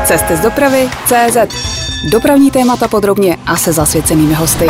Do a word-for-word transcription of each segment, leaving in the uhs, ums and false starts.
Cesty z dopravy tečka cé zet. Dopravní témata podrobně a se zasvěcenými hosty.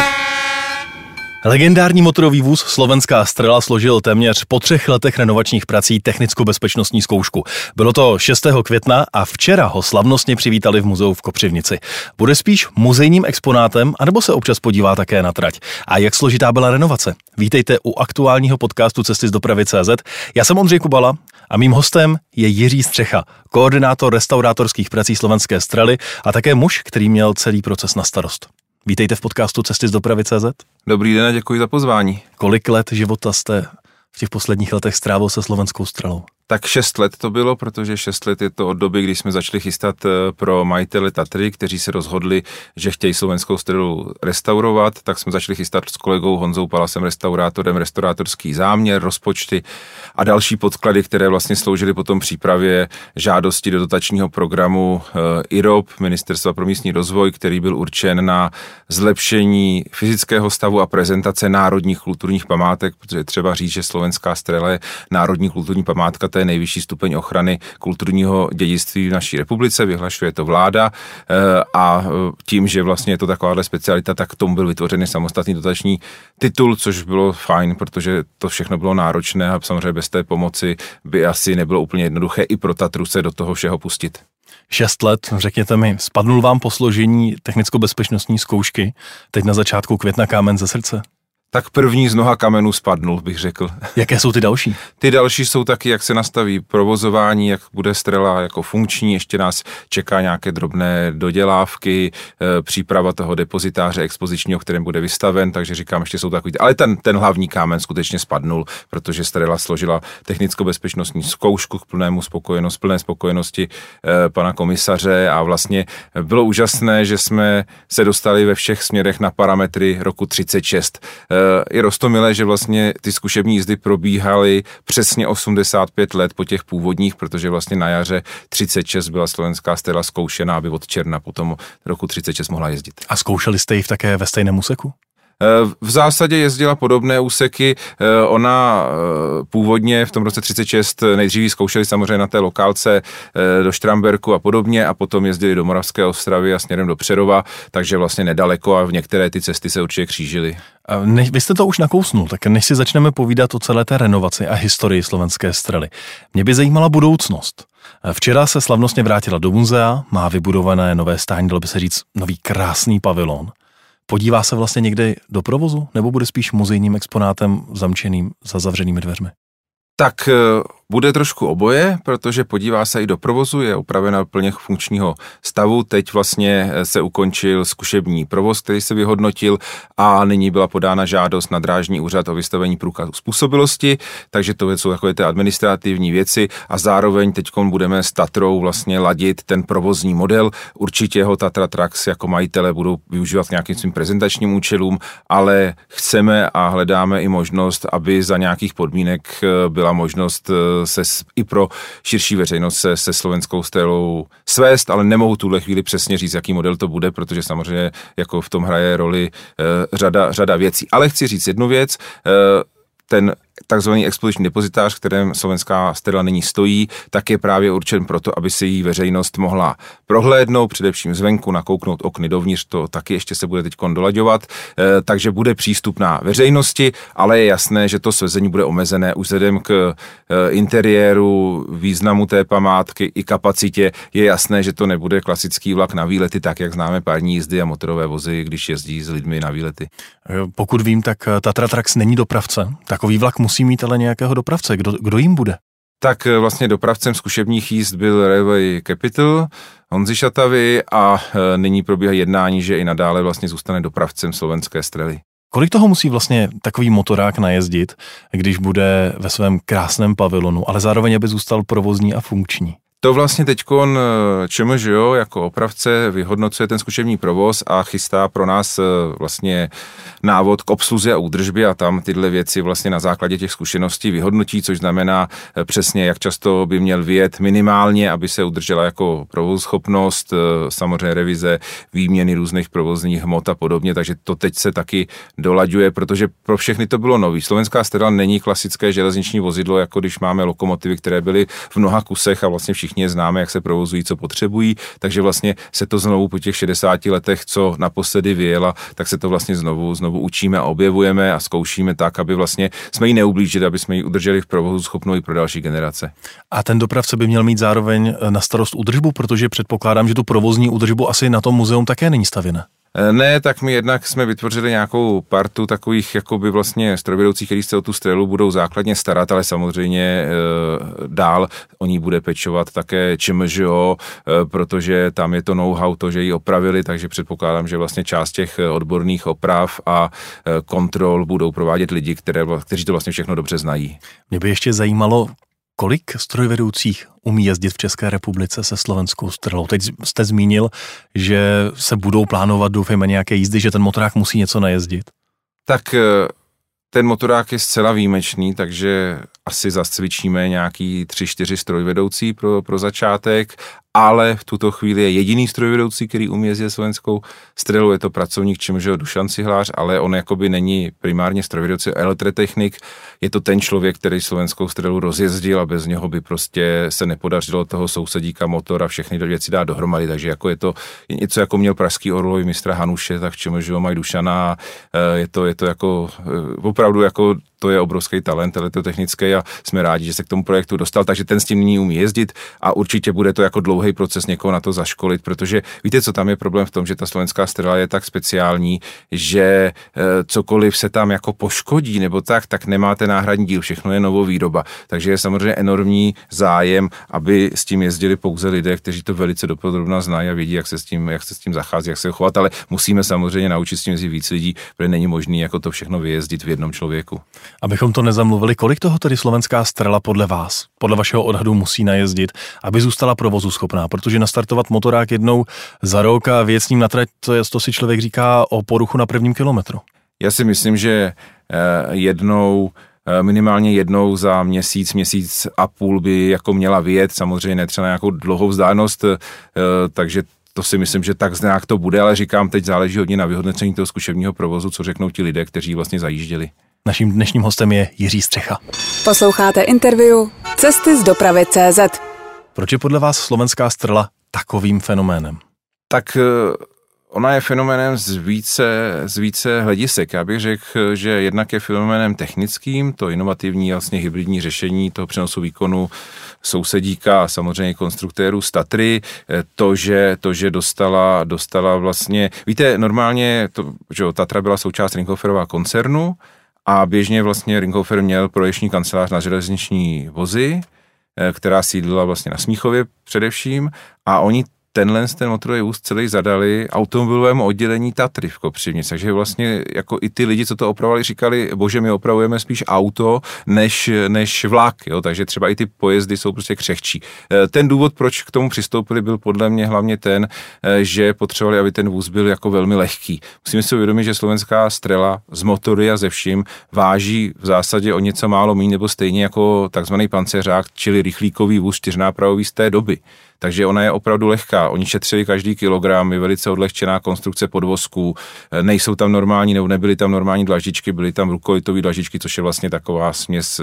Legendární motorový vůz Slovenská Strela složil téměř po třech letech renovačních prací technicko-bezpečnostní zkoušku. Bylo to šestého května a včera ho slavnostně přivítali v muzeu v Kopřivnici. Bude spíš muzejním exponátem, anebo se občas podívá také na trať? A jak složitá byla renovace? Vítejte u aktuálního podcastu Cesty z dopravy tečka cé zet. Já jsem Ondřej Kubala a mým hostem je Jiří Střecha, koordinátor restaurátorských prací Slovenské Strely a také muž, který měl celý proces na starost. Vítejte v podcastu Cesty z dopravy tečka cé zet. Dobrý den a děkuji za pozvání. Kolik let života jste v těch posledních letech strávil se Slovenskou Strelou? Tak šest let to bylo, protože šest let je to od doby, kdy jsme začali chystat pro majitele Tatry, kteří se rozhodli, že chtějí Slovenskou Strelu restaurovat, tak jsme začali chystat s kolegou Honzou Palasem, restaurátorem, restaurátorský záměr, rozpočty a další podklady, které vlastně sloužily potom přípravě žádosti do dotačního programu I R O P, Ministerstva pro místní rozvoj, který byl určen na zlepšení fyzického stavu a prezentace národních kulturních památek, protože třeba říct, že Slovenská Strela je národní kulturní památka, to je nejvyšší stupeň ochrany kulturního dědictví v naší republice, vyhlašuje to vláda a tím, že vlastně je to takováhle specialita, tak k tomu byl vytvořený samostatný dotační titul, což bylo fajn, protože to všechno bylo náročné a samozřejmě bez té pomoci by asi nebylo úplně jednoduché i pro Tatru se do toho všeho pustit. Šest let, řekněte mi, spadnul vám po složení technicko-bezpečnostní zkoušky teď na začátku května kámen ze srdce? Tak první z mnoha kamenů spadnul, bych řekl. Jaké jsou ty další? Ty další jsou taky, jak se nastaví provozování, jak bude Strela jako funkční, ještě nás čeká nějaké drobné dodělávky, e, příprava toho depozitáře expozičního, kterým bude vystaven, takže říkám, ještě jsou takový. Ale ten, ten hlavní kámen skutečně spadnul, protože Strela složila technicko-bezpečnostní zkoušku k plnému spokojenosti, plné spokojenosti e, pana komisaře a vlastně bylo úžasné, že jsme se dostali ve všech směrech na parametry roku třicet šest. E, Je roztomilé, že vlastně ty zkušební jízdy probíhaly přesně osmdesát pět let po těch původních, protože vlastně na jaře třicet šest byla Slovenská Strela zkoušená, aby od června potom roku třicet šest mohla jezdit. A zkoušeli jste ji v také ve stejném úseku? V zásadě jezdila podobné úseky, ona původně v tom roce třicet šest nejdřív zkoušeli samozřejmě na té lokálce do Štramberku a podobně a potom jezdili do Moravské Ostravy a směrem do Přerova, takže vlastně nedaleko a v některé ty cesty se určitě křížily. Ne, vy jste to už nakousnul, tak než si začneme povídat o celé té renovaci a historii Slovenské Strely, mě by zajímala budoucnost. Včera se slavnostně vrátila do muzea, má vybudované nové stání, dalo by se říct nový krásný pavilon. Podívá se vlastně někdy do provozu, nebo bude spíš muzejním exponátem zamčeným za zavřenými dveřmi? Tak bude trošku oboje, protože podívá se i do provozu, je opravena plně funkčního stavu. Teď vlastně se ukončil zkušební provoz, který se vyhodnotil a nyní byla podána žádost na Drážní úřad o vystavení průkazu způsobilosti, takže to jsou takové ty administrativní věci a zároveň teď budeme s Tatrou vlastně ladit ten provozní model. Určitě ho Tatra Trucks jako majitele budou využívat k nějakým svým prezentačním účelům, ale chceme a hledáme i možnost, aby za nějakých podmínek byla možnost se i pro širší veřejnost se, se Slovenskou Strelou svést, ale nemohu tuhle chvíli přesně říct, jaký model to bude, protože samozřejmě jako v tom hraje roli e, řada, řada věcí. Ale chci říct jednu věc, e, ten takzvaný expoziční depozitář, v kterém Slovenská Strela nyní stojí, tak je právě určen proto, aby si jí veřejnost mohla prohlédnout, především zvenku, nakouknout okny dovnitř, to taky ještě se bude teď dolaďovat, e, takže bude přístupná veřejnosti, ale je jasné, že to svezení bude omezené už vzhledem k e, interiéru, významu té památky i kapacitě. Je jasné, že to nebude klasický vlak na výlety, tak jak známe pární jízdy a motorové vozy, když jezdí s lidmi na výlety. Pokud vím, tak Tatra Trucks není dopravce. Takový vlak musí mít ale nějakého dopravce. Kdo, kdo jim bude? Tak vlastně dopravcem zkušebních jízd byl Railway Capital, Honzy Šatavy a e, nyní probíhá jednání, že i nadále vlastně zůstane dopravcem Slovenské Strely. Kolik toho musí vlastně takový motorák najezdit, když bude ve svém krásném pavilonu, ale zároveň aby zůstal provozní a funkční? To vlastně teďkon ČMŽO jako opravce vyhodnocuje ten zkušební provoz a chystá pro nás vlastně návod k obsluze a údržbě a tam tyhle věci vlastně na základě těch zkušeností vyhodnotí, což znamená přesně, jak často by měl vyjet minimálně, aby se udržela jako provozuschopnost, samozřejmě revize, výměny různých provozních hmot a podobně, takže to teď se taky dolaďuje, protože pro všechny to bylo nový. Slovenská Strela není klasické železniční vozidlo, jako když máme lokomotivy, které byly v mnoha kusech a vlastně všichni všichni je známe, jak se provozují, co potřebují, takže vlastně se to znovu po těch šedesáti letech, co naposledy vyjela, tak se to vlastně znovu, znovu učíme a objevujeme a zkoušíme tak, aby vlastně jsme ji neublížili, aby jsme ji udrželi v provozu schopnou i pro další generace. A ten dopravce by měl mít zároveň na starost údržbu, protože předpokládám, že tu provozní údržbu asi na tom muzeum také není stavěna. Ne, tak my jednak jsme vytvořili nějakou partu takových jakoby vlastně strojvedoucích, kteří se o tu strelu budou základně starat, ale samozřejmě e, dál o ní bude pečovat také ČMŽO, e, protože tam je to know-how, to, že ji opravili, takže předpokládám, že vlastně část těch odborných oprav a e, kontrol budou provádět lidi, které, kteří to vlastně všechno dobře znají. Mě by ještě zajímalo, kolik strojvedoucích umí jezdit v České republice se slovenskou strelou? Teď jste zmínil, že se budou plánovat, doufejme, nějaké jízdy, že ten motorák musí něco najezdit. Tak ten motorák je zcela výjimečný, takže asi zacvičíme nějaký tři, čtyři strojvedoucí pro, pro začátek, ale v tuto chvíli je jediný strojvedoucí, který umí jezdit slovenskou střelu, je to pracovník ČMŽ Dušan Cihlář, ale on jakoby není primárně strojvedoucí, elektrotechnik, je to ten člověk, který slovenskou střelu rozjezdil a bez něho by prostě se nepodařilo toho sousedíka, motor a všechny věci dát dohromady, takže jako je to něco, jako měl pražský Orloj mistra Hanuše, tak ČMŽ mají Dušana, je to, je to jako opravdu jako to je obrovský talent elektrotechnický a jsme rádi, že se k tomu projektu dostal, takže ten s tím nyní umí jezdit a určitě bude to jako dlouhý proces někoho na to zaškolit, protože víte, co tam je problém v tom, že ta slovenská střela je tak speciální, že e, cokoliv se tam jako poškodí nebo tak, tak nemáte náhradní díl, všechno je novovýroba, takže je samozřejmě enormní zájem, aby s tím jezdili pouze lidé, kteří to velice dopodrobna znají a vědí, jak se s tím, jak se s tím zachází, jak se chovat, ale musíme samozřejmě naučit s tím jezdit víc lidí, protože není možné jako to všechno vyjezdit v jednom člověku. Abychom to nezamluvili, kolik toho tedy slovenská strela podle vás, podle vašeho odhadu musí najezdit, aby zůstala provozu schopná, protože nastartovat motorák jednou za rok a vyjet s ním na trať, to, je, to si člověk říká o poruchu na prvním kilometru. Já si myslím, že jednou, minimálně jednou za měsíc, měsíc a půl by jako měla vyjet, samozřejmě ne třeba na nějakou dlouhou vzdálenost, takže to si myslím, že tak nějak to bude, ale říkám, teď záleží hodně na vyhodnocení toho zkušebního provozu, co řeknou ti lidé, kteří vlastně zajížděli. Naším dnešním hostem je Jiří Střecha. Posloucháte interview Cesty z dopravy tečka cé zet. Proč je podle vás slovenská strela takovým fenoménem? Tak ona je fenoménem z více, z více hledisek. Já bych řekl, že jednak je fenoménem technickým, to inovativní vlastně hybridní řešení toho přenosu výkonu sousedíka a samozřejmě konstruktérů z Tatry, to, že, to, že dostala, dostala vlastně, víte, normálně to, že Tatra byla součást Ringhofferova koncernu, a běžně vlastně Ringhoffer měl projekční kancelář na železniční vozy, která sídlila vlastně na Smíchově především a oni tenhle ten motorový vůz celý zadali automobilovému oddělení Tatry v Kopřivnici, takže vlastně jako i ty lidi, co to opravovali, říkali, bože, my opravujeme spíš auto než, než vlak, jo? Takže třeba i ty pojezdy jsou prostě křehčí. Ten důvod, proč k tomu přistoupili, byl podle mě hlavně ten, že potřebovali, aby ten vůz byl jako velmi lehký. Musíme si uvědomit, že slovenská strela z motory a ze vším váží v zásadě o něco málo méně nebo stejně jako takzvaný pancéřák, čili rychlíkový vůz čtyřnápravový z té doby. Takže ona je opravdu lehká. Oni šetřili každý kilogram, je velice odlehčená konstrukce podvozků, nejsou tam normální, nebo nebyly tam normální dlaždičky, byly tam rukolitové dlaždičky, což je vlastně taková směs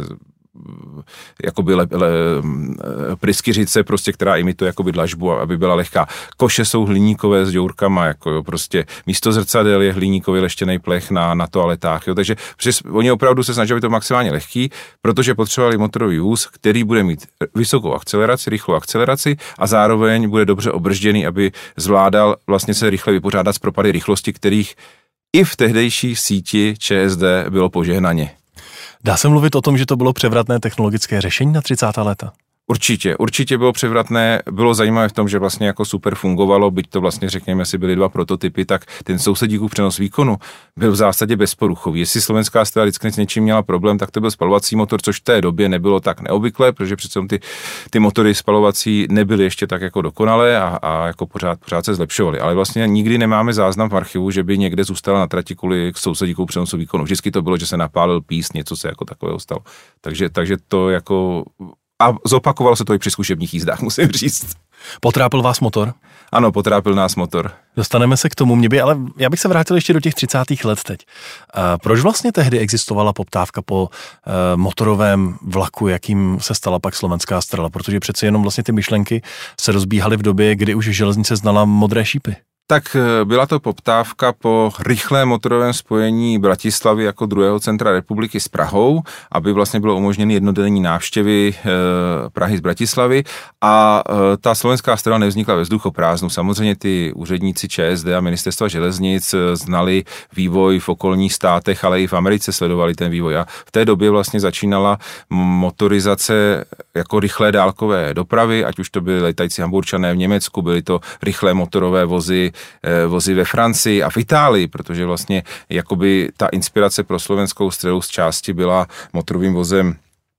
jakoby le, le, pryskyřice, prostě, která imituje jakoby dlažbu, aby byla lehká. Koše jsou hliníkové s děurkama, jako jo, prostě místo zrcadel je hliníkový leštěný plech na, na toaletách, jo, takže přes, oni opravdu se snažili to maximálně lehký, protože potřebovali motorový vůz, který bude mít vysokou akceleraci, rychlou akceleraci a zároveň bude dobře obržděný, aby zvládal vlastně se rychle vypořádat s propady rychlosti, kterých i v tehdejší síti ČSD bylo požehnaně. Dá se mluvit o tom, že to bylo převratné technologické řešení na třicátá léta? Určitě, určitě bylo převratné, bylo zajímavé v tom, že vlastně jako super fungovalo, byť to vlastně řekněme si byly dva prototypy, tak ten sousedíkův přenos výkonu byl v zásadě bezporuchový. Jestli slovenská strela vždycky s něčím měla problém, tak to byl spalovací motor, což v té době nebylo tak neobvyklé, protože přece ty, ty motory spalovací nebyly ještě tak jako dokonalé a, a jako pořád, pořád se zlepšovaly. Ale vlastně nikdy nemáme záznam v archivu, že by někde zůstala na trati kvůli sousedíkův přenosu výkonu. Vždycky to bylo, že se napálil píst, něco se jako takového stalo. Takže, takže to jako a zopakovalo se to i při zkušebních jízdách, musím říct. Potrápil vás motor? Ano, potrápil nás motor. Dostaneme se k tomu, mě by, ale já bych se vrátil ještě do těch třicátých let teď. A proč vlastně tehdy existovala poptávka po uh, motorovém vlaku, jakým se stala pak slovenská strela? Protože přece jenom vlastně ty myšlenky se rozbíhaly v době, kdy už železnice znala modré šípy. Tak byla to poptávka po rychlém motorovém spojení Bratislavy jako druhého centra republiky s Prahou, aby vlastně bylo umožněny jednodenní návštěvy e, Prahy z Bratislavy a e, ta slovenská strela nevznikla ve vzduchoprázdnu. Samozřejmě ty úředníci ČSD a ministerstva železnic znali vývoj v okolních státech, ale i v Americe sledovali ten vývoj a v té době vlastně začínala motorizace jako rychlé dálkové dopravy, ať už to byly letající Hamburčané v Německu, byly to rychlé motorové vozy vozy ve Francii a v Itálii, protože vlastně jakoby ta inspirace pro slovenskou střelu z části byla motorovým vozem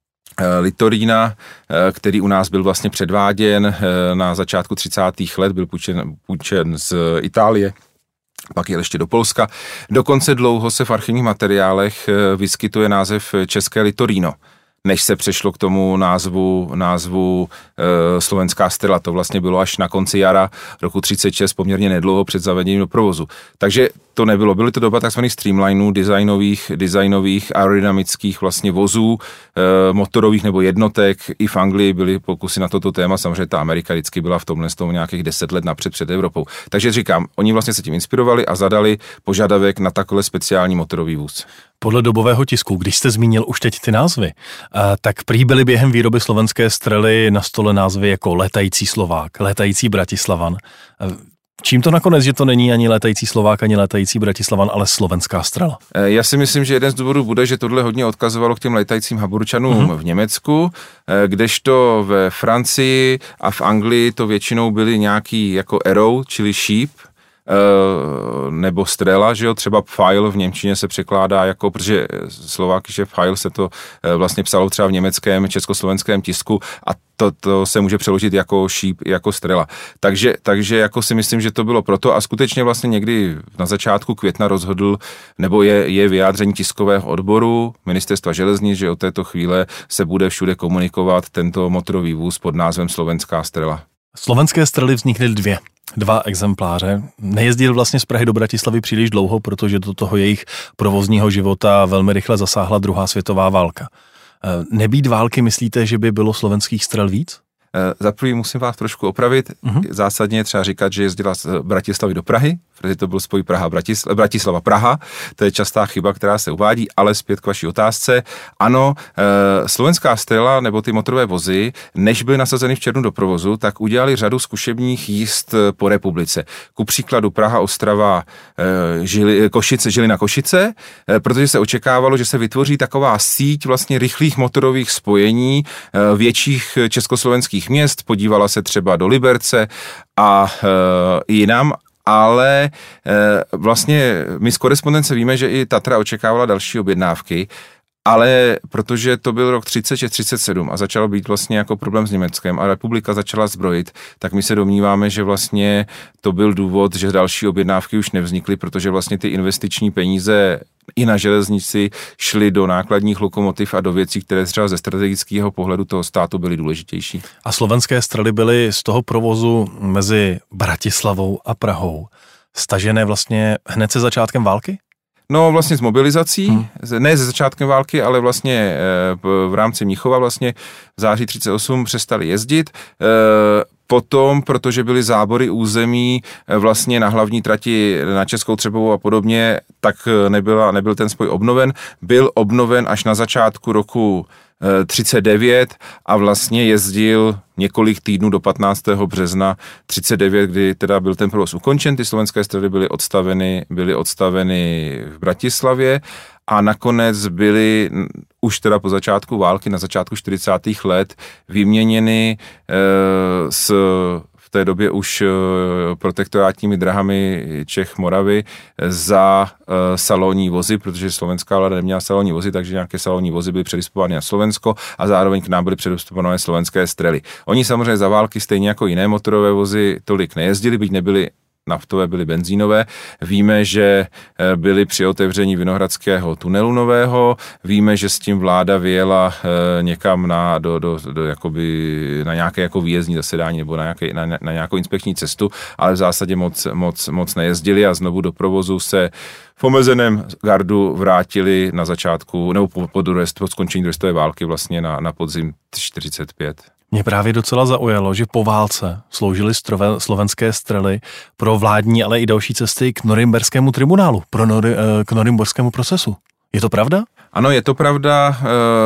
Litorína, který u nás byl vlastně předváděn na začátku třicátých let, byl půjčen, půjčen z Itálie, pak jel ještě do Polska. Dokonce dlouho se v archivních materiálech vyskytuje název české Litorino, než se přešlo k tomu názvu, názvu e, slovenská strela. To vlastně bylo až na konci jara roku třicet šest, poměrně nedlouho před zavedením do provozu. Takže to nebylo. Byly to doba takzvaných streamlinů, designových, designových aerodynamických vlastně vozů, e, motorových nebo jednotek. I v Anglii byly pokusy na toto téma. Samozřejmě ta Amerika vždycky byla v tomhle z toho nějakých deset let napřed před Evropou. Takže říkám, oni vlastně se tím inspirovali a zadali požadavek na takové speciální motorový vůz. Podle dobového tisku, když jste zmínil už teď ty názvy, tak prý byly během výroby slovenské strely na stole názvy jako Létající Slovák, Létající Bratislavan. Čím to nakonec, že to není ani Létající Slovák, ani Létající Bratislavan, ale slovenská strela? Já si myslím, že jeden z důvodů bude, že tohle hodně odkazovalo k těm létajícím Hamburčanům mm-hmm. v Německu, kdežto ve Francii a v Anglii to většinou byly nějaký jako arrow, čili šíp, nebo strela, že jo, třeba pfeil v němčině se překládá jako, protože Slováky, že pfeil se to vlastně psalo třeba v německém, československém tisku a to, to se může přeložit jako šíp, jako strela. Takže, takže jako si myslím, že to bylo proto a skutečně vlastně někdy na začátku května rozhodl, nebo je, je vyjádření tiskového odboru ministerstva železnic, že od této chvíle se bude všude komunikovat tento motorový vůz pod názvem slovenská strela. Slovenské strely vznikly dvě. Dva exempláře. Nejezdil vlastně z Prahy do Bratislavy příliš dlouho, protože do toho jejich provozního života velmi rychle zasáhla druhá světová válka. Nebýt války, myslíte, že by bylo slovenských střel víc? Za prvý musím vás trošku opravit. Uh-huh. Zásadně je třeba říkat, že jezdila z Bratislavy do Prahy, protože to byl spoj Praha, Bratisl- Bratislava, Praha. To je častá chyba, která se uvádí, ale zpět k vaší otázce. Ano, e, slovenská strela nebo ty motorové vozy, než byly nasazeny v červnu do provozu, tak udělali řadu zkušebních jízd po republice. Ku příkladu Praha, Ostrava, e, Žili, Košice, Žilina, Košice, e, protože se očekávalo, že se vytvoří taková síť vlastně rychlých motorových spojení e, větších československých měst, podívala se třeba do Liberce a e, jinam, ale e, vlastně my z korespondence víme, že i Tatra očekávala další objednávky, ale protože to byl rok třicet šest třicet sedm a začalo být vlastně jako problém s Německem a republika začala zbrojit, tak my se domníváme, že vlastně to byl důvod, že další objednávky už nevznikly, protože vlastně ty investiční peníze i na železnici šly do nákladních lokomotiv a do věcí, které třeba ze strategického pohledu toho státu byly důležitější. A slovenské strely byly z toho provozu mezi Bratislavou a Prahou stažené vlastně hned se začátkem války? No vlastně s mobilizací, hmm. ne se začátkem války, ale vlastně v rámci Mnichova vlastně v září třicet osm přestali jezdit. Potom, protože byly zábory území vlastně na hlavní trati na Českou Třebovou a podobně, tak nebyla, nebyl ten spoj obnoven. Byl obnoven až na začátku roku třicet devět a vlastně jezdil několik týdnů do patnáctého března třicet devět, kdy teda byl ten provoz ukončen, ty slovenské strely byly odstaveny, byly odstaveny v Bratislavě a nakonec byly už teda po začátku války, na začátku čtyřicátých let vyměněny e, s v té době už protektorátními drahami Čech Moravy za salonní vozy, protože slovenská vláda neměla salonní vozy, takže nějaké salonní vozy byly předispovány na Slovensko a zároveň k nám byly předispovány slovenské strely. Oni samozřejmě za války stejně jako jiné motorové vozy tolik nejezdili, byť nebyly naftové, byly benzínové. Víme, že byly při otevření Vinohradského tunelu nového, víme, že s tím vláda vyjela někam na, do, do, do, jakoby, na nějaké jako výjezdní zasedání nebo na, nějaké, na, na nějakou inspekční cestu, ale v zásadě moc, moc, moc nejezdili a znovu do provozu se v omezeném gardu vrátili na začátku, nebo po, po, druhé, po skončení druhé světové války vlastně na, na podzim čtyřicet pět. Mě právě docela zaujalo, že po válce sloužily strove, slovenské střely pro vládní, ale i další cesty k norimberskému tribunálu, pro nori, k norimberskému procesu. Je to pravda? Ano, je to pravda.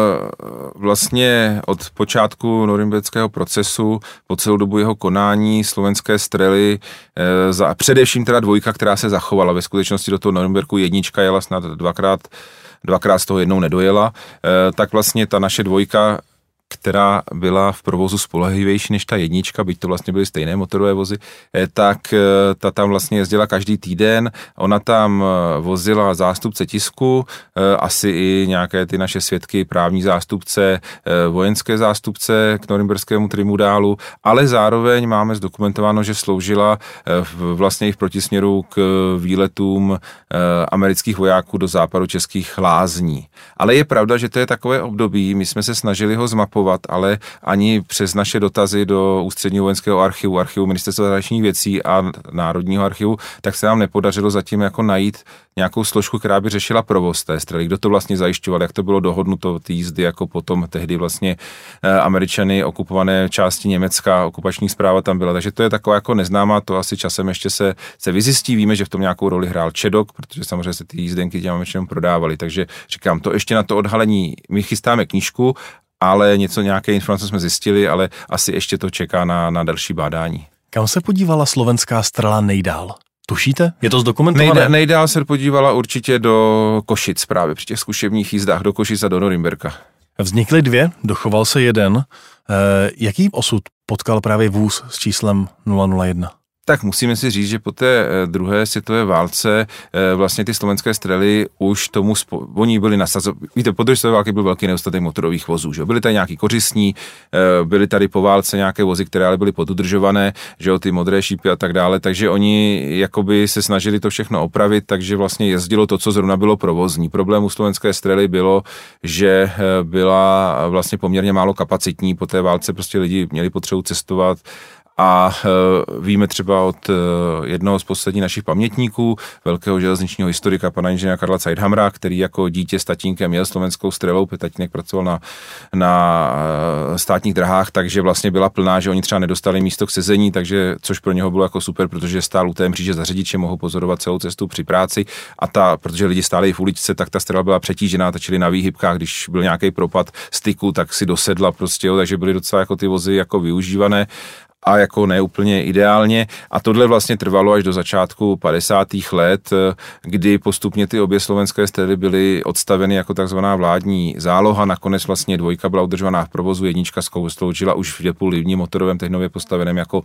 Vlastně od počátku norimberského procesu po celou dobu jeho konání slovenské střely, za, především teda dvojka, která se zachovala. Ve skutečnosti do toho Norimberku jednička jela snad dvakrát, dvakrát z toho jednou nedojela, tak vlastně ta naše dvojka, která byla v provozu spolehlivější než ta jednička, byť to vlastně byly stejné motorové vozy, tak ta tam vlastně jezdila každý týden. Ona tam vozila zástupce tisku, asi i nějaké ty naše svědky, právní zástupce, vojenské zástupce k norimberskému tribunálu, ale zároveň máme zdokumentováno, že sloužila vlastně i v protisměru k výletům amerických vojáků do západu českých lázní. Ale je pravda, že to je takové období, my jsme se snažili ho zmapovat, ale ani přes naše dotazy do Ústředního vojenského archivu, archivu Ministerstva zahraničních věcí a Národního archivu, tak se nám nepodařilo zatím jako najít nějakou složku, která by řešila provoz té střely. Kdo to vlastně zajišťoval, jak to bylo dohodnuto, ty jízdy, jako potom tehdy vlastně Američany okupované části Německa, okupační správa tam byla. Takže to je taková jako neznámá, to asi časem ještě se, se vyzjistí. Víme, že v tom nějakou roli hrál Čedok, protože samozřejmě se ty jízdenky těm Američanům prodávali. Takže říkám, to ještě na to odhalení, my chystáme knížku, ale něco, nějaké informace jsme zjistili, ale asi ještě to čeká na, na další bádání. Kam se podívala slovenská střela nejdál? Tušíte? Je to zdokumentované? Nejde, nejdál se podívala určitě do Košic právě při těch zkušebních jízdách, do Košic a do Norimberka. Vznikly dvě, dochoval se jeden. E, jaký osud potkal právě vůz s číslem nula nula jedna? Tak musíme si říct, že po té druhé světové válce vlastně ty slovenské střely už tomu, spo... oni byli nasazovaní. Víte, po druhé světové války byl velký nedostatek motorových vozů, že byly tady nějaký kořistní, byly tady po válce nějaké vozy, které ale byly podudržované, že jo, ty modré šípy a tak dále, takže oni jakoby se snažili to všechno opravit, takže vlastně jezdilo to, co zrovna bylo provozní. Problém u slovenské střely bylo, že byla vlastně poměrně málo kapacitní, po té válce prostě lidi měli potřebu cestovat. A e, víme třeba od e, jednoho z posledních našich pamětníků, velkého železničního historika, pana inženýra Karla Zeithamera, který jako dítě s tatínkem jel slovenskou střelou, tatínek pracoval na, na e, státních drahách, takže vlastně byla plná, že oni třeba nedostali místo k sezení, takže což pro něho bylo jako super, protože stál u té mříže za řidiče, mohl pozorovat celou cestu při práci a ta, protože lidi stáli v uličce, tak ta střela byla přetížená, tačili na výhybkách, když byl nějaký propad styku, tak si dosedla prostě, jo, takže byly docela jako ty vozy jako využívané. A jako neúplně ideálně. A tohle vlastně trvalo až do začátku padesátých let, kdy postupně ty obě slovenské střely byly odstaveny jako takzvaná vládní záloha. Nakonec vlastně dvojka byla udržovaná v provozu, jednička sloužila už v depu Livní motorovém technově postaveném jako,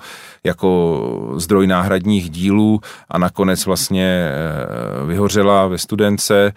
jako zdroj náhradních dílů a nakonec vlastně vyhořela ve Studence.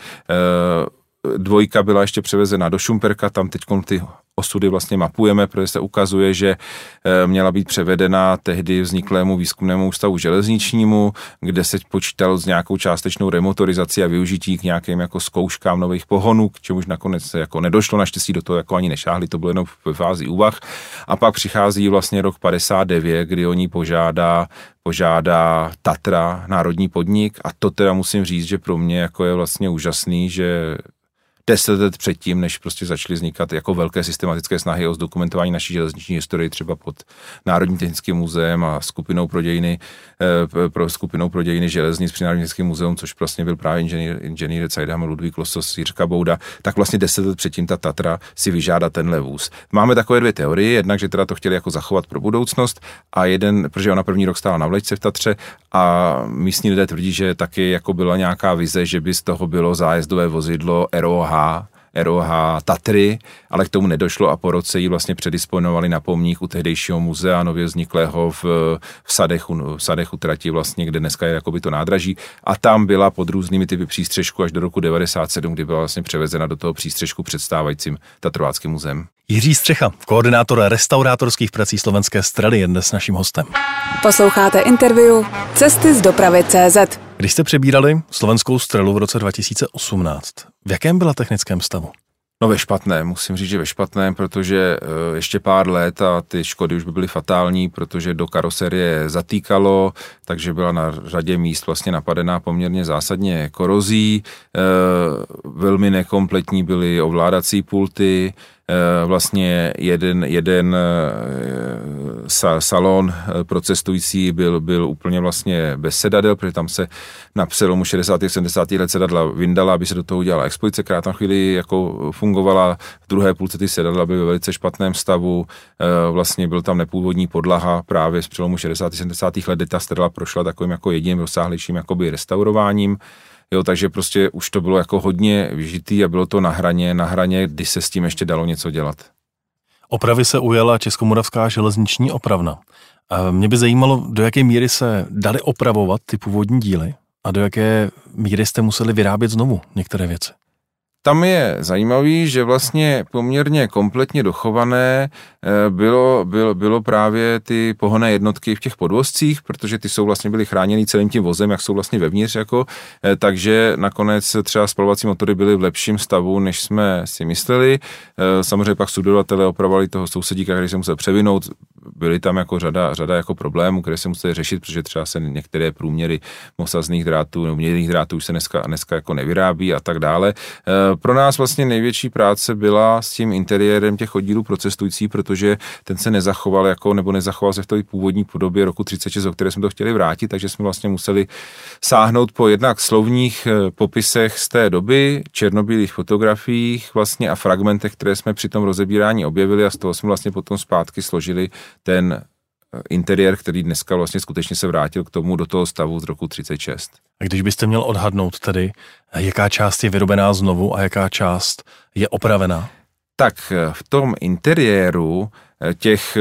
Dvojka byla ještě převezena do Šumperka, tam teď ty osudy vlastně mapujeme, protože se ukazuje, že měla být převedena tehdy vzniklému výzkumnému ústavu železničnímu, kde se počítalo s nějakou částečnou remotorizací a využití k nějakým jako zkouškám nových pohonů, k čemuž nakonec jako nedošlo, naštěstí do toho jako ani nešáhli, to bylo jenom v fázi úvah. A pak přichází vlastně rok padesát devět, kdy oni požádá požádá Tatra, národní podnik, a to teda musím říct, že pro mě jako je vlastně úžasný, že deset let předtím, než prostě začaly vznikat jako velké systematické snahy o zdokumentování naší železniční historie, třeba pod Národním technickým muzeem a skupinou pro dějiny, pro skupinou pro dějiny železnic při Národním technickém muzeu, což vlastně byl právě inženýr, inženýr Zeithammer, Ludvík Losos, Jiřka Bouda, tak vlastně deset let předtím ta Tatra si vyžádá tenhle vůz. Máme takové dvě teorie, jednak, že teda to chtěli jako zachovat pro budoucnost, a jeden, protože ona první rok stála na vlečce v Tatře, a místní lidé tvrdí, že taky jako byla nějaká vize, že by z toho bylo zájezdové vozidlo R O H, R O H Tatry, ale k tomu nedošlo a po roce ji vlastně předisponovali na pomník u tehdejšího muzea nově vzniklého v, v Sadechu, v Sadechu trati vlastně, kde dneska je jakoby to nádraží a tam byla pod různými typy přístřešku až do roku devadesát sedm, kdy byla vlastně převezena do toho přístřešku před stávajícím Tatrováckým muzeem. Jiří Střecha, koordinátor restaurátorských prací Slovenské Strely, je dnes naším hostem. Posloucháte interview Cesty z dopravy tečka cé zet. Když jste přebírali Slovenskou Strelu v roce dva tisíce osmnáct, v jakém byla technickém stavu? No ve špatném, musím říct, že ve špatném, protože uh, ještě pár let a ty škody už by byly fatální, protože do karoserie zatýkalo, takže byla na řadě míst vlastně napadená poměrně zásadně korozí, uh, velmi nekompletní byly ovládací pulty, vlastně jeden, jeden sa, salon pro cestující byl, byl úplně vlastně bez sedadel, protože tam se na přelomu šedesátých a sedmdesátých let sedadla vyndala, aby se do toho udělala expozice, která tam chvíli jako fungovala. V druhé půlce ty sedadla byly ve velice špatném stavu, vlastně byl tam nepůvodní podlaha právě z přelomu šedesátých a sedmdesátých let, kdy ta sedadla prošla takovým jako jediným rozsáhlejším jakoby restaurováním. Jo, takže prostě už to bylo jako hodně vyžitý a bylo to na hraně, na hraně, kdy se s tím ještě dalo něco dělat. Opravy se ujala Českomoravská železniční opravna. A mě by zajímalo, do jaké míry se daly opravovat ty původní díly a do jaké míry jste museli vyrábět znovu některé věci. Tam je zajímavý, že vlastně poměrně kompletně dochované bylo, bylo, bylo právě ty pohonné jednotky v těch podvozcích, protože ty jsou vlastně byly chráněny celým tím vozem, jak jsou vlastně vevnitř, jako, takže nakonec třeba spalovací motory byly v lepším stavu, než jsme si mysleli. Samozřejmě pak subdodavatelé opravovali toho sousedíka, který se musel převinout. Byly tam jako řada, řada jako problémů, které se museli řešit, protože třeba se některé průměry mosazných drátů nebo měděných drátů už se dneska, dneska jako nevyrábí a tak dále. Pro nás vlastně největší práce byla s tím interiérem těch oddílů pro cestující, protože ten se nezachoval jako, nebo nezachoval se v té původní podobě roku třicet šest, o které jsme to chtěli vrátit, takže jsme vlastně museli sáhnout po jednak slovních popisech z té doby, černobílých fotografiích vlastně a fragmentech, které jsme při tom rozebírání objevili a z toho jsme vlastně potom zpátky složili ten interiér, který dneska vlastně skutečně se vrátil k tomu do toho stavu z roku třicet šest. A když byste měl odhadnout tedy, jaká část je vyrobená znovu a jaká část je opravená? Tak v tom interiéru těch,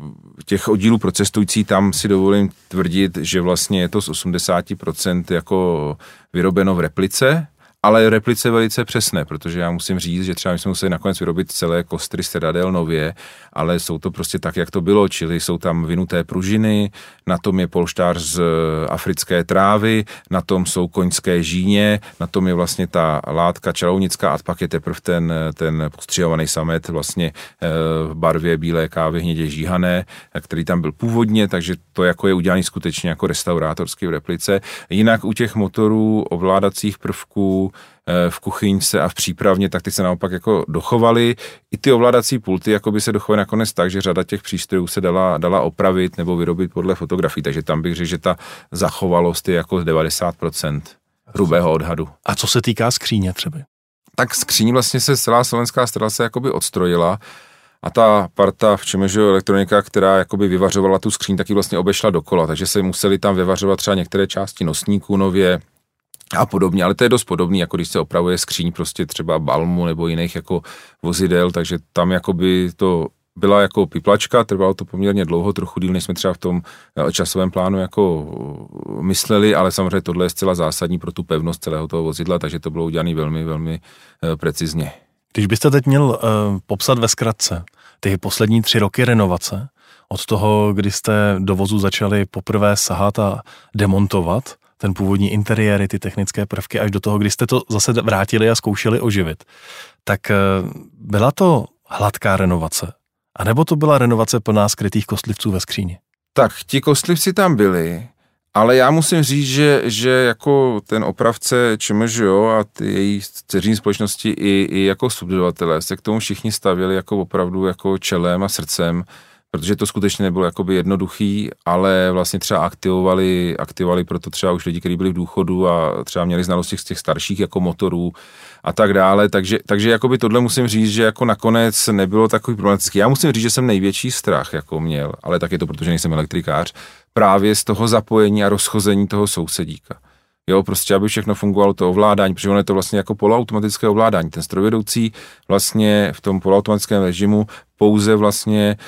těch oddílů pro cestující, tam si dovolím tvrdit, že vlastně je to z osmdesát procent jako vyrobeno v replice, ale replice velice přesné, protože já musím říct, že třeba my jsme museli nakonec vyrobit celé kostry sedadel nově, ale jsou to prostě tak, jak to bylo, čili jsou tam vinuté pružiny, na tom je polštář z africké trávy, na tom jsou koňské žíně, na tom je vlastně ta látka čarounická a pak je teprve ten, ten postřihovaný samet vlastně v barvě bílé kávy hnědě žíhané, který tam byl původně, takže to jako je udělaný skutečně jako restaurátorský v replice. Jinak u těch motorů ovládacích prvků v kuchyňce a v přípravně, tak ty se naopak jako dochovaly. I ty ovládací pulty jako by se dochovaly nakonec tak, že řada těch přístrojů se dala, dala opravit nebo vyrobit podle fotografií, takže tam bych řekl, že ta zachovalost je jako devadesát procent hrubého odhadu. A co se týká skříně třeba? Tak skříň vlastně se celá Slovenská Strela se jakoby odstrojila a ta parta v Čemežově elektronika, která jakoby vyvařovala tu skříň, taky vlastně obešla dokola, takže se museli tam vyvařovat třeba některé části nosníků nově a podobně, ale to je dost podobný, jako když se opravuje skříň prostě třeba Balmu nebo jiných jako vozidel, takže tam jakoby to byla jako piplačka, trvalo to poměrně dlouho, trochu díl, než jsme třeba v tom časovém plánu jako mysleli, ale samozřejmě tohle je zcela zásadní pro tu pevnost celého toho vozidla, takže to bylo udělané velmi, velmi precizně. Když byste teď měl uh, popsat ve zkratce ty poslední tři roky renovace, od toho, kdy jste do vozu začali poprvé sahat a demontovat ten původní interiéry, ty technické prvky, až do toho, kdy jste to zase vrátili a zkoušeli oživit, tak uh, byla to hladká renovace? A nebo to byla renovace plná skrytých kostlivců ve skříni? Tak, ti kostlivci tam byli, ale já musím říct, že, že jako ten opravce ČMŽ a ty její dceřiné společnosti i, i jako subdodavatelé se k tomu všichni stavěli jako opravdu jako čelem a srdcem, protože to skutečně nebylo jakoby jednoduchý, ale vlastně třeba aktivovali, aktivovali proto třeba už lidi, kteří byli v důchodu a třeba měli znalosti z těch starších jako motorů a tak dále, takže, takže jakoby tohle musím říct, že jako nakonec nebylo takový problematický. Já musím říct, že jsem největší strach jako měl, ale tak je to, protože nejsem elektrikář, právě z toho zapojení a rozchození toho sousedíka. Jo, prostě, aby všechno fungovalo to ovládání, protože ono je to vlastně jako poloautomatické ovládání. Ten strojvedoucí vlastně v tom poloautomatickém režimu pouze vlastně e,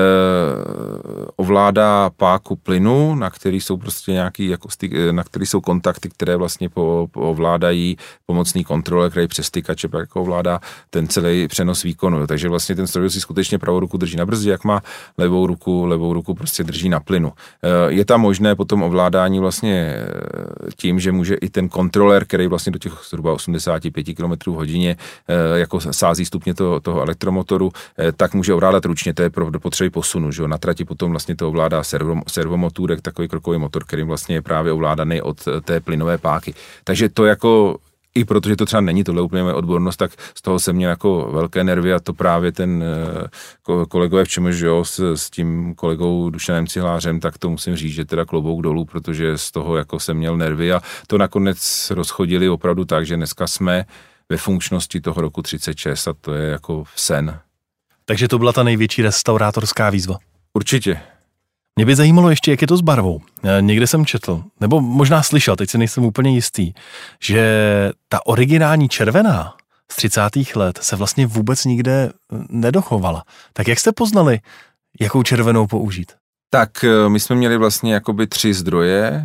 ovládá páku plynu, na který jsou prostě nějaký, jako styk, na který jsou kontakty, které vlastně po, po ovládají pomocný kontroler, který přes stykače pak jako ovládá ten celý přenos výkonu. Jo. Takže vlastně ten strojvedoucí skutečně pravou ruku drží na brzdě, jak má levou ruku, levou ruku prostě drží na plynu. E, je tam možné potom ovládání vlastně tím, že může i ten kontroler, který vlastně do těch zhruba osmdesát pět kilometrů hodině e, jako sází stupně toho, toho elektromotoru, e, tak může ovládat ručně, to je pro potřeby posunu, že jo. Na trati potom vlastně to ovládá servo, servomotůrek, takový krokový motor, který vlastně je právě ovládaný od té plynové páky. Takže to jako, i protože to třeba není tohle úplně moje odbornost, tak z toho jsem měl jako velké nervy a to právě ten kolegové v čemž, že jo, s, s tím kolegou Dušanem Cihlářem, tak to musím říct, že teda klobouk dolů, protože z toho jako jsem měl nervy a to nakonec rozchodili opravdu tak, že dneska jsme ve funkčnosti toho roku třicet šest a to je jako sen. Takže to byla ta největší restaurátorská výzva. Určitě. Mě by zajímalo ještě, jak je to s barvou. Někde jsem četl, nebo možná slyšel, teď si nejsem úplně jistý, že ta originální červená z třicátých let se vlastně vůbec nikde nedochovala. Tak jak jste poznali, jakou červenou použít? Tak my jsme měli vlastně jakoby tři zdroje.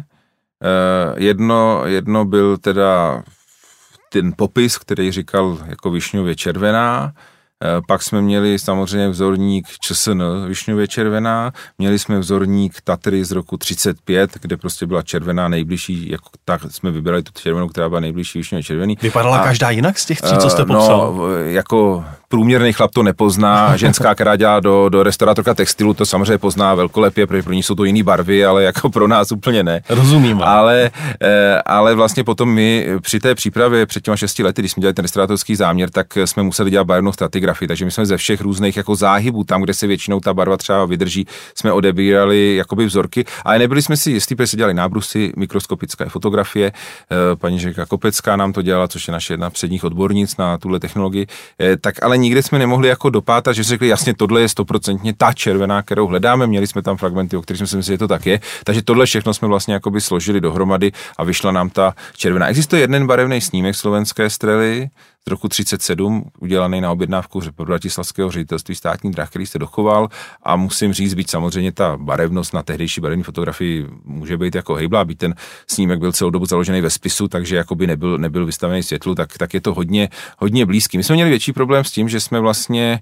Jedno, jedno byl teda ten popis, který říkal jako višňově červená. Pak jsme měli samozřejmě vzorník ČSN višňově červená, měli jsme vzorník Tatry z roku třicet pět, kde prostě byla červená nejbližší, jako tak jsme vybrali tu červenou, která byla nejbližší višňově červený. Vypadala a, každá jinak z těch tří, co jste popsal? No, jako průměrný chlap to nepozná, ženská, která dělá do, do restaurátorka textilu, to samozřejmě pozná velkolepě, protože pro ní jsou to jiný barvy, ale jako pro nás úplně ne. Rozumím. Ale, ale vlastně potom my při té přípravě před těma šesti lety, když jsme dělali ten restaurátorský záměr, tak jsme museli dělat barevnou stratigrafii, takže my jsme ze všech různých jako záhybů, tam, kde se většinou ta barva třeba vydrží, jsme odebírali jakoby vzorky, ale nebyli jsme si jistí, protože se dělali nábrusy, mikroskopické fotografie, paní Žeka Kopecká nám to dělala, což je naše jedna předních odbornic na tuhle technologii, tak ale nikde jsme nemohli jako dopátat, že řekli, jasně, tohle je stoprocentně ta červená, kterou hledáme, měli jsme tam fragmenty, o kterých jsme si mysleli, že to tak je, takže tohle všechno jsme vlastně jakoby složili dohromady a vyšla nám ta červená. Existuje jeden barevný snímek slovenské strely z roku třicet sedm, udělaný na objednávku Bratislavského ředitelství státních drah, který se dochoval a musím říct, být samozřejmě ta barevnost na tehdejší barevní fotografii může být jako hejblá, být ten snímek byl celou dobu založený ve spisu, takže jakoby nebyl, nebyl vystavený světlu, tak, tak je to hodně, hodně blízký. My jsme měli větší problém s tím, že jsme vlastně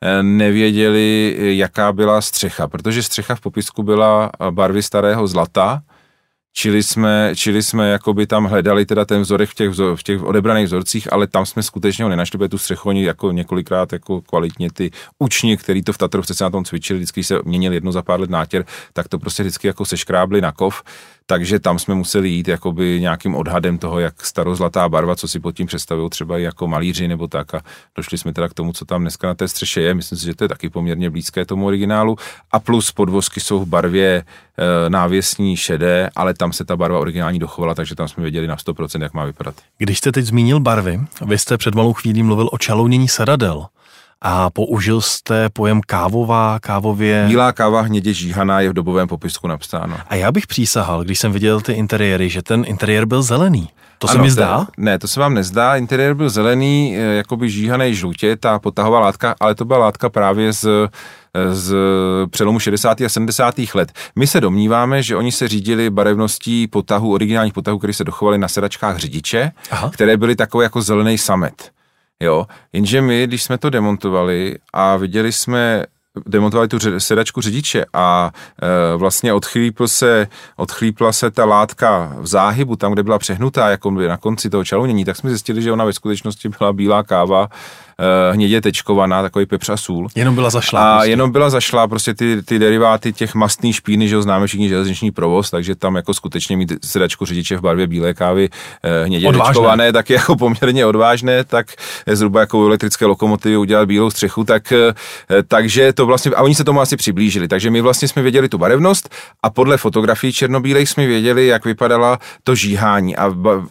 nevěděli, jaká byla střecha, protože střecha v popisku byla barvy starého zlata, Čili jsme, čili jsme jakoby tam hledali teda ten vzorek v těch, vzor, v těch odebraných vzorcích, ale tam jsme skutečně ho nenašli, protože tu střechu oni jako několikrát jako kvalitně ty učni, který to v Tatrovce se na tom cvičili, vždycky se měnil jedno za pár let nátěr, tak to prostě vždycky jako seškrábli na kov, takže tam jsme museli jít jakoby nějakým odhadem toho, jak starozlatá barva, co si pod tím představují třeba i jako malíři nebo tak a došli jsme teda k tomu, co tam dneska na té střeše je, myslím si, že to je taky poměrně blízké tomu originálu a plus podvozky jsou v barvě e, návěsní šedé, ale tam se ta barva originální dochovala, takže tam jsme věděli na sto procent, jak má vypadat. Když jste teď zmínil barvy, vy jste před malou chvílí mluvil o čalounění sedadel a použil jste pojem kávová, kávově... Bílá káva hnědě žíhaná je v dobovém popisku napsáno. A já bych přísahal, když jsem viděl ty interiéry, že ten interiér byl zelený. To ano, se mi zdá? To, ne, to se vám nezdá. Interiér byl zelený, jakoby žíhaný žlutě, ta potahová látka, ale to byla látka právě z... z přelomu šedesátých a sedmdesátých let. My se domníváme, že oni se řídili barevností potahů, originálních potahů, které se dochovaly na sedačkách řidiče, Aha. které byly takové jako zelený samet. Jo, jenže my, když jsme to demontovali a viděli jsme, demontovali tu sedačku řidiče a e, vlastně odchlípl se, odchlípla se ta látka v záhybu, tam, kde byla přehnutá, jako na konci toho čalounění, tak jsme zjistili, že ona ve skutečnosti byla bílá káva, e, hnědě tečkovaná, takový pepř a sůl. Jenom byla zašlá. A prostě. jenom byla zašlá prostě ty, ty deriváty těch mastných špíny, že ho známe všichni železniční provoz, takže tam jako skutečně mít sedačku řidiče v barvě bílé kávy e, hnědě odvážné. Tečkované, tak je jako poměrně odvážné, tak zhruba jako u elektrické lokomotivy udělat bílou střechu, tak e, takže to vlastně, a oni se tomu asi přiblížili, takže my vlastně jsme věděli tu barevnost a podle fotografií černobílejch jsme věděli, jak vypadala to žíhání a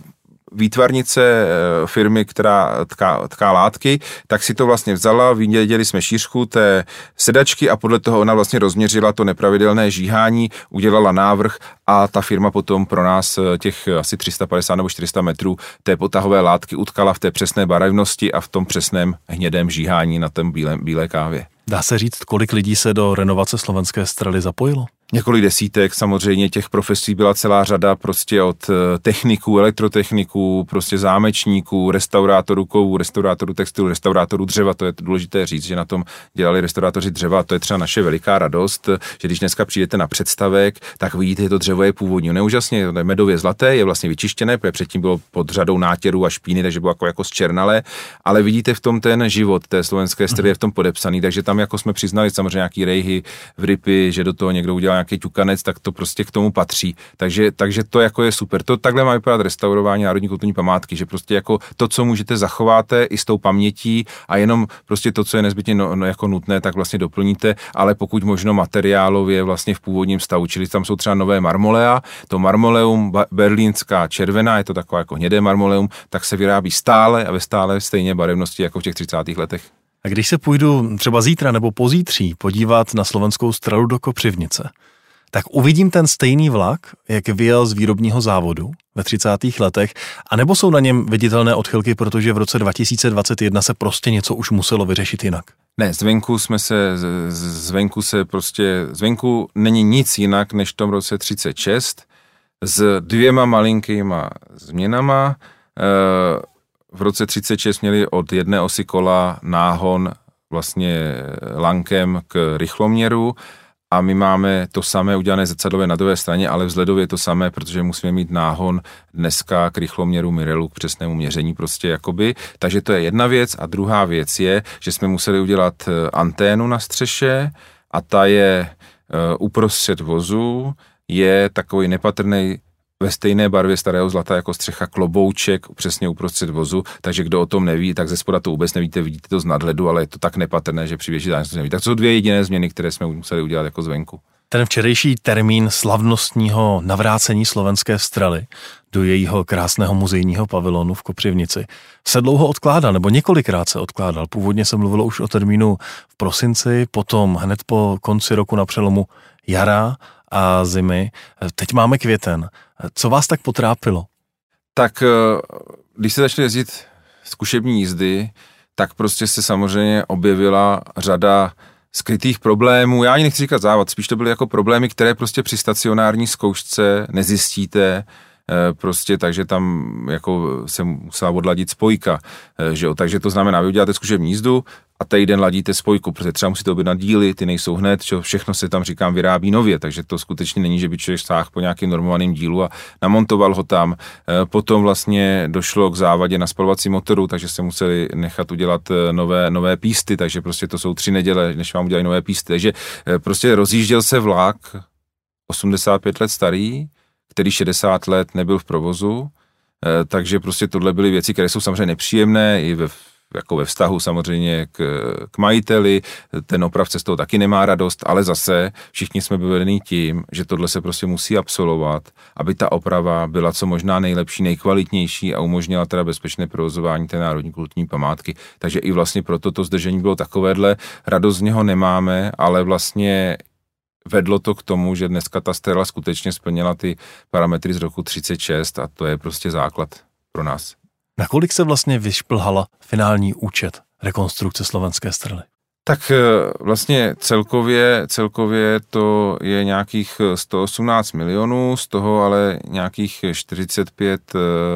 výtvarnice firmy, která tká, tká látky, tak si to vlastně vzala, viděli jsme šířku té sedačky a podle toho ona vlastně rozměřila to nepravidelné žíhání, udělala návrh a ta firma potom pro nás těch asi tři sta padesát nebo čtyři sta metrů té potahové látky utkala v té přesné barevnosti a v tom přesném hnědém žíhání na té bílé, bílé kávě. Dá se říct, kolik lidí se do renovace slovenské strely zapojilo? Několik desítek, samozřejmě těch profesí byla celá řada, prostě od techniků, elektrotechniků, prostě zámečníků, restaurátorů kovů, restaurátorů textilu, restaurátorů dřeva, to je důležité říct, že na tom dělali restaurátoři dřeva, to je třeba naše veliká radost, že když dneska přijdete na představek, tak vidíte, že to dřevo je původní, neúžasně, je medově zlaté, je vlastně vyčištěné, protože předtím bylo pod řadou nátěrů a špíny, takže bylo jako, jako zčernalé, ale vidíte v tom ten život té slovenské strely je v tom podepsaný, takže tam jako jsme přiznali samozřejmě nějaký rejhy, vrypy, že do toho někdo udělal nějaký ťukanec, tak to prostě k tomu patří. Takže, takže to jako je super. To takhle má vypadat restaurování národní kulturní památky, že prostě jako to, co můžete, zachováte i s tou pamětí a jenom prostě to, co je nezbytně no, no, jako nutné, tak vlastně doplníte, ale pokud možno materiálově vlastně v původním stavu, čili tam jsou třeba nové marmolea, to marmoleum berlínská červená, je to takové jako hnědé marmoleum, tak se vyrábí stále a ve stále stejné barevnosti jako v těch třicátých letech. A když se půjdu třeba zítra nebo pozítří podívat na slovenskou strelu do Kopřivnice, tak uvidím ten stejný vlak, jak vyjel z výrobního závodu ve třicátých letech, anebo jsou na něm viditelné odchylky, protože v roce dva tisíce dvacet jedna se prostě něco už muselo vyřešit jinak? Ne, zvenku jsme se, zvenku se prostě, zvenku není nic jinak než v tom roce třicet šest s dvěma malinkýma změnama. V roce třicet šest měli od jedné osy kola náhon vlastně lankem k rychloměru, a my máme to samé udělané zrcadlově na druhé straně, ale vzhledově je to samé, protože musíme mít náhon dneska k rychloměru Mirelu, k přesnému měření prostě jakoby. Takže to je jedna věc a druhá věc je, že jsme museli udělat anténu na střeše a ta je uh, uprostřed vozu, je takový nepatrný ve stejné barvě starého zlata jako střecha klobouček přesně uprostřed vozu, takže kdo o tom neví, tak ze spoda to vůbec nevíte, vidíte to z nadhledu, ale je to tak nepatrné, že při větší dálnici to neví. Tak to jsou dvě jediné změny, které jsme museli udělat jako zvenku. Ten včerejší termín slavnostního navrácení slovenské strely do jejího krásného muzejního pavilonu v Kopřivnici se dlouho odkládal, nebo několikrát se odkládal. Původně se mluvilo už o termínu v prosinci, potom hned po konci roku na přelomu jara a zimy. Teď máme květen. Co vás tak potrápilo? Tak když se začaly jezdit zkušební jízdy, tak prostě se samozřejmě objevila řada skrytých problémů. Já ani nechci říkat závad, spíš to byly jako problémy, které prostě při stacionární zkoušce nezjistíte, prostě, takže tam jako se musela odladit spojka, že jo, takže to znamená, vy uděláte zkušební jízdu a týden ladíte spojku, protože třeba musíte objednat díly, ty nejsou hned, že všechno se tam, říkám, vyrábí nově, takže to skutečně není, že by člověk sáhl po nějakým normovaným dílu a namontoval ho tam. Potom vlastně došlo k závadě na spalovací motoru, takže se museli nechat udělat nové, nové písty, takže prostě to jsou tři neděle, než vám udělají nové písty, takže prostě rozjížděl se vlak osmdesát pět let starý, který šedesát let nebyl v provozu, takže prostě tohle byly věci, které jsou samozřejmě nepříjemné i ve, jako ve vztahu samozřejmě k, k majiteli, ten opravce z toho taky nemá radost, ale zase všichni jsme byli vedení tím, že tohle se prostě musí absolvovat, aby ta oprava byla co možná nejlepší, nejkvalitnější a umožnila teda bezpečné provozování té národní kulturní památky. Takže i vlastně proto to zdržení bylo takovéhle, radost z něho nemáme, ale vlastně vedlo to k tomu, že dneska ta strela skutečně splnila ty parametry z roku třicet šest a to je prostě základ pro nás. Nakolik se vlastně vyšplhala finální účet rekonstrukce slovenské strely? Tak vlastně celkově, celkově to je nějakých sto osmnáct milionů, z toho ale nějakých čtyřicet pět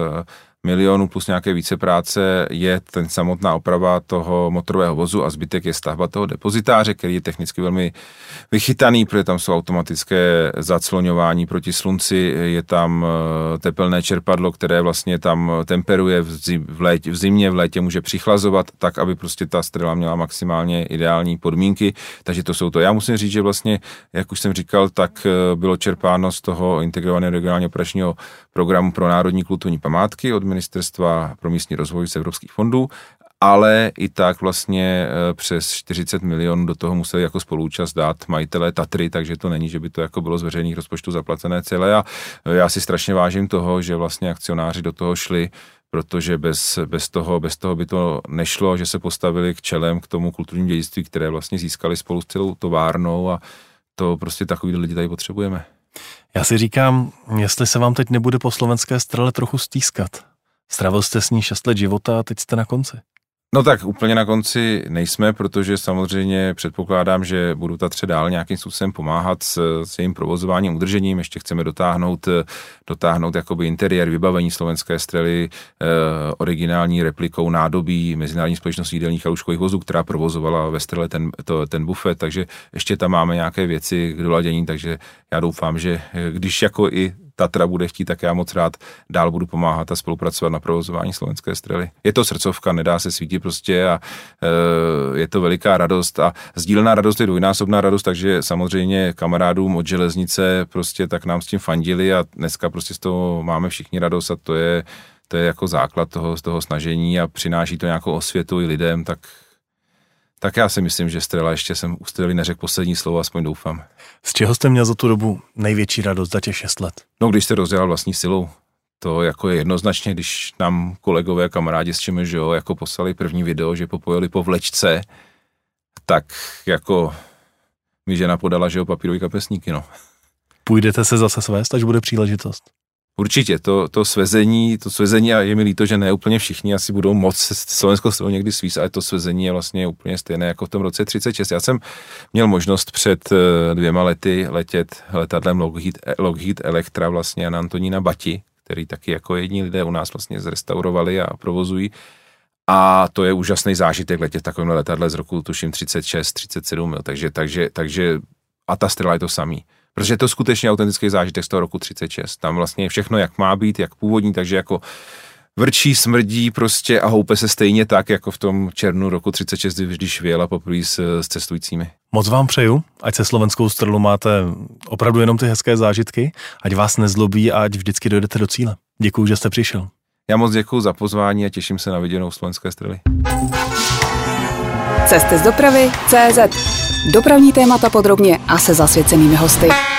milionů plus nějaké vícepráce je ten samotná oprava toho motorového vozu a zbytek je stavba toho depozitáře, který je technicky velmi vychytaný, protože tam jsou automatické zacloňování proti slunci, je tam tepelné čerpadlo, které vlastně tam temperuje v, zim, v, létě, v zimě, v létě může přichlazovat tak, aby prostě ta strela měla maximálně ideální podmínky, takže to jsou to. Já musím říct, že vlastně, jak už jsem říkal, tak bylo čerpáno z toho integrovaného regionálního operačního programu pro národní kulturní památky od Ministerstva pro místní rozvoj z evropských fondů ale i tak vlastně přes čtyřicet milionů do toho museli jako spoluúčast dát majitelé Tatry, takže to není, že by to jako bylo z veřejných rozpočtů zaplacené celé a já si strašně vážím toho, že vlastně akcionáři do toho šli, protože bez, bez, toho, bez toho by to nešlo, že se postavili k čelem k tomu kulturnímu dědictví, které vlastně získali spolu s celou továrnou a to prostě takový lidi tady potřebujeme. Já si říkám, jestli se vám teď nebude po slovenské strele trochu stýskat. Strávil jste s ní šest let života a teď jste na konci. No tak úplně na konci nejsme, protože samozřejmě předpokládám, že budu Tatře dál nějakým způsobem pomáhat s, s jejím provozováním, udržením. Ještě chceme dotáhnout, dotáhnout jakoby interiér, vybavení slovenské strely, eh, originální replikou nádobí Mezinárodní společnosti jídelních a lůžkových vozů, která provozovala ve strele ten, to, ten bufet, takže ještě tam máme nějaké věci k doladění, takže já doufám, že když jako i Tatra bude chtít, tak já moc rád dál budu pomáhat a spolupracovat na provozování slovenské strely. Je to srdcovka, nedá se svítit prostě a e, je to veliká radost a sdílená radost je dvojnásobná radost, takže samozřejmě kamarádům od železnice prostě tak nám s tím fandili a dneska prostě z toho máme všichni radost a to je, to je jako základ toho, z toho snažení a přináší to nějakou osvětu i lidem, tak tak já si myslím, že Strela ještě jsem u Strely neřekl poslední slovo, aspoň doufám. Z čeho jste měl za tu dobu největší radost za těch šest let? No, když jste rozdělal vlastní silou. To jako je jednoznačně, když nám kolegové, kamarádi s čím, že jo, jako poslali první video, že popojeli po vlečce, tak jako mi žena podala, že jo, papírový kapesníky, no. Půjdete se zase svést, až bude příležitost? Určitě, to, to svezení, to svezení a je mi líto, že ne úplně všichni asi budou moc se slovenskou stranou někdy svízt, ale to svezení je vlastně úplně stejné jako v tom roce třicet šest. Já jsem měl možnost před dvěma lety letět letadlem Lockheed, Lockheed Electra vlastně na Antonína Bati, který taky jako jediní lidé u nás vlastně zrestaurovali a provozují. A to je úžasný zážitek letět v takovém letadle z roku tuším třicet šest, třicet sedm, jo. takže, takže, takže a ta Strela je to samý. Protože je to skutečně autentický zážitek z toho roku třicet šest. Tam vlastně je všechno, jak má být, jak původní, takže jako vrčí, smrdí prostě a houpe se stejně tak, jako v tom červnu roku třicet šest, když vyjela poprvé s, s cestujícími. Moc vám přeju, ať se slovenskou Strelu máte opravdu jenom ty hezké zážitky, ať vás nezlobí a ať vždycky dojdete do cíle. Děkuju, že jste přišel. Já moc děkuju za pozvání a těším se na viděnou slovenské Strely. Cesty z dopravy tečka cé zet. Dopravní témata podrobně a se zasvěcenými hosty.